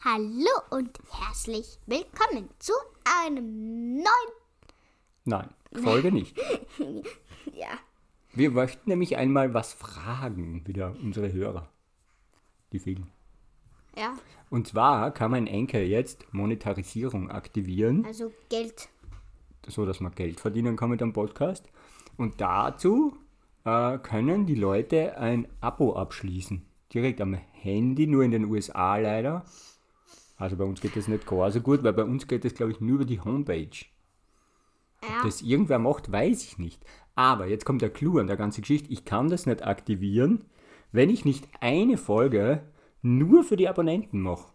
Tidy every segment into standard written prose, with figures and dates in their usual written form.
Hallo und herzlich willkommen zu einem neuen... Nein, Folge nicht. Ja. Wir möchten nämlich einmal was fragen, wieder unsere Hörer, die vielen. Ja, Und zwar kann man Anchor jetzt Monetarisierung aktivieren, also Geld. so dass man Geld verdienen kann mit einem Podcast. Und dazu können die Leute ein Abo abschließen. Direkt am Handy, nur in den USA leider. Also bei uns geht das nicht gar so gut, weil bei uns geht das, glaube ich, nur über die Homepage. Ja. Ob das irgendwer macht, weiß ich nicht. Aber jetzt kommt der Clou an der ganzen Geschichte. Ich kann das nicht aktivieren, wenn ich nicht eine Folge nur für die Abonnenten mache.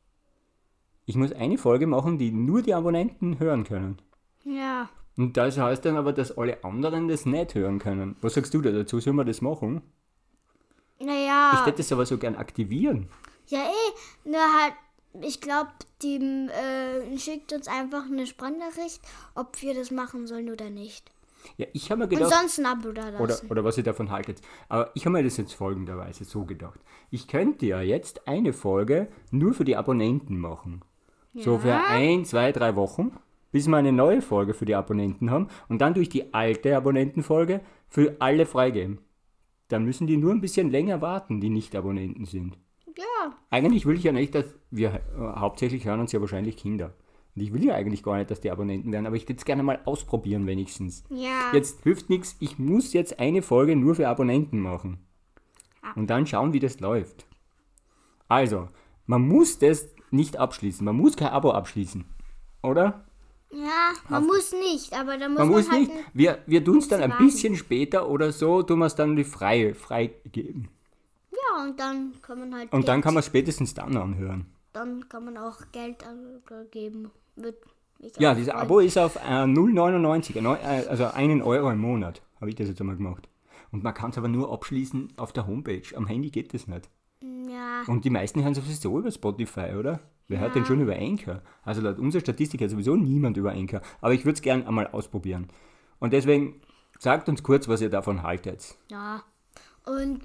Ich muss eine Folge machen, die nur die Abonnenten hören können. Ja. Und das heißt dann aber, dass alle anderen das nicht hören können. Was sagst du da dazu? Sollen wir das machen? Naja. Ich hätte das aber so gern aktivieren. Ja, nur halt, ich glaube, die schickt uns einfach eine Sprachnachricht, ob wir das machen sollen oder nicht. Ja, ich habe mir Und gedacht... sonst ein Abo da lassen. Oder was ihr davon haltet. Aber ich habe mir das jetzt folgenderweise so gedacht. Ich könnte ja jetzt eine Folge nur für die Abonnenten machen. So für 1, 2, 3 Wochen, bis wir eine neue Folge für die Abonnenten haben und dann durch die alte Abonnentenfolge für alle freigeben. Dann müssen die nur ein bisschen länger warten, die Nicht-Abonnenten sind. Ja. Eigentlich will ich ja nicht, dass wir hauptsächlich hören uns ja wahrscheinlich Kinder. Und ich will ja eigentlich gar nicht, dass die Abonnenten werden, aber ich würde es gerne mal ausprobieren wenigstens. Ja. Jetzt hilft nichts, ich muss jetzt eine Folge nur für Abonnenten machen. Und dann schauen, wie das läuft. Also, man muss das nicht abschließen, man muss kein Abo abschließen, oder? Ja, man muss nicht, aber da muss Man muss halt nicht, wir tun es dann ein warten. bisschen später oder so, tun wir es dann freigeben. Ja, und dann kann man halt Und dann Geld, kann man es spätestens dann anhören. dann kann man auch Geld geben. Wird mich Ja, auch dieses freuen. Abo ist auf 0,99, also 1 Euro im Monat, habe ich das jetzt einmal gemacht. Und man kann es aber nur abschließen auf der Homepage, am Handy geht das nicht. Ja, Und die meisten hören sowieso über Spotify, oder? Wer hört denn schon über Anchor? Also laut unserer Statistik hat sowieso niemand über Anchor. Aber ich würde es gerne einmal ausprobieren. Und deswegen sagt uns kurz, was ihr davon haltet. ja. Und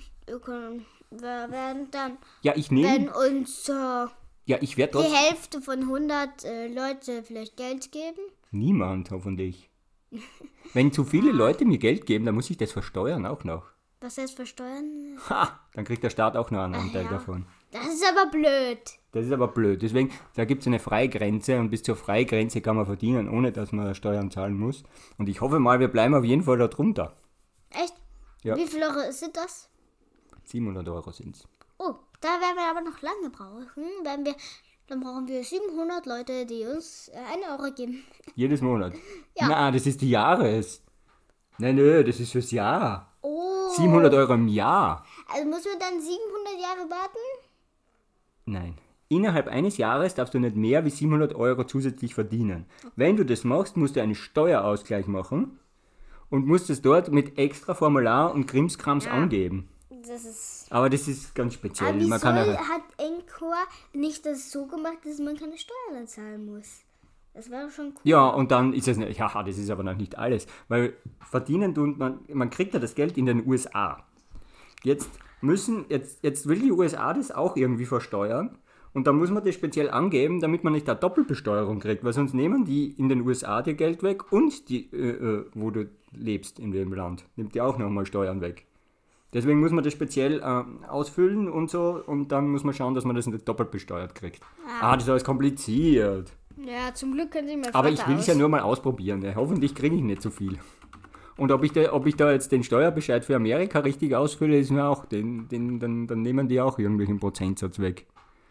wir werden dann, Ja, ich wenn nehme... uns Ja, ich werde die trotzdem... Hälfte von 100 Leute vielleicht Geld geben. Niemand, hoffentlich. Wenn zu viele Leute mir Geld geben, dann muss ich das versteuern auch noch. Was heißt versteuern? Ha! Dann kriegt der Staat auch noch einen Anteil ja. davon. Das ist aber blöd. Das ist aber blöd. Deswegen, da gibt es eine Freigrenze und bis zur Freigrenze kann man verdienen, ohne dass man Steuern zahlen muss. Und ich hoffe mal, wir bleiben auf jeden Fall da drunter. Echt? Ja. Wie viele Euro sind das? 700 Euro sind es. Oh, da werden wir aber noch lange brauchen. Dann brauchen wir 700 Leute, die uns 1 Euro geben. Jedes Monat. Ja. Na, das ist die Jahres. Nö, das ist fürs Jahr. Oh. 700 Euro im Jahr. Also müssen wir dann 700 Jahre warten? Nein. Innerhalb eines Jahres darfst du nicht mehr wie 700 Euro zusätzlich verdienen. Wenn du das machst, musst du einen Steuerausgleich machen und musst es dort mit extra Formular und Krimskrams angeben. Das ist... Aber das ist ganz speziell. Aber wieso Man kann ja, hat Encore nicht das so gemacht, dass man keine Steuern zahlen muss? Das wäre schon cool. ja, und dann ist es nicht, ja, das ist aber noch nicht alles. Weil verdienen tut man kriegt ja das Geld in den USA. Jetzt will die USA das auch irgendwie versteuern. Und dann muss man das speziell angeben, damit man nicht eine Doppelbesteuerung kriegt. Weil sonst nehmen die in den USA dir Geld weg und die, wo du lebst in dem Land, nimmt die auch nochmal Steuern weg. Deswegen muss man das speziell ausfüllen und so. Und dann muss man schauen, dass man das nicht doppelt besteuert kriegt. Das ist alles kompliziert. Ja, zum Glück können Sie mir Aber ich will es ja nur mal ausprobieren. Ja. Hoffentlich kriege ich nicht so viel. Und ob ich da jetzt den Steuerbescheid für Amerika richtig ausfülle, ist mir auch, dann nehmen die auch irgendwelchen Prozentsatz weg.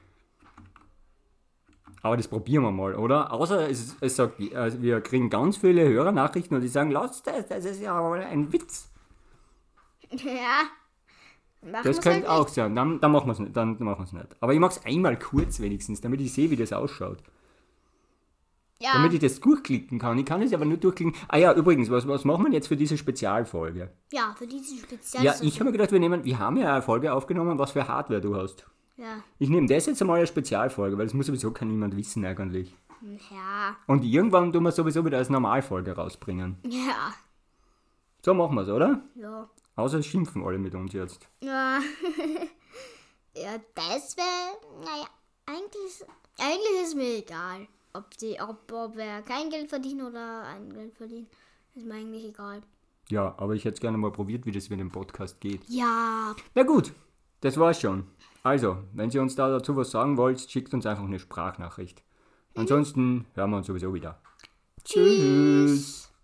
Aber das probieren wir mal, oder? Außer es sagt, wir kriegen ganz viele Hörernachrichten und die sagen, lass das ist ja wohl ein Witz. Ja. Machen Das wir's könnte halt auch sein, dann machen wir es nicht. Aber ich mache es einmal kurz wenigstens, damit ich sehe, wie das ausschaut. Ja. Damit ich das durchklicken kann. Ich kann es aber nur durchklicken. Ah ja, übrigens, was machen wir jetzt für diese Spezialfolge? Ja, für diese Spezial... Ja, ich habe mir gedacht, wir haben ja eine Folge aufgenommen, was für Hardware du hast. Ja. Ich nehme das jetzt einmal als Spezialfolge, weil das muss sowieso kein niemand wissen eigentlich. Ja. Und irgendwann tun wir sowieso wieder als Normalfolge rausbringen. Ja. So machen wir es, oder? Ja. Außer es schimpfen alle mit uns jetzt. Ja. Ja, das wäre... Naja. Eigentlich ist mir egal, ob wir kein Geld verdienen oder ein Geld verdienen. Ist mir eigentlich egal. Ja, aber ich hätte gerne mal probiert, wie das mit dem Podcast geht. Ja. Na gut, das war's schon. Also, wenn ihr uns da dazu was sagen wollt, schickt uns einfach eine Sprachnachricht. Ansonsten hören wir uns sowieso wieder. Tschüss.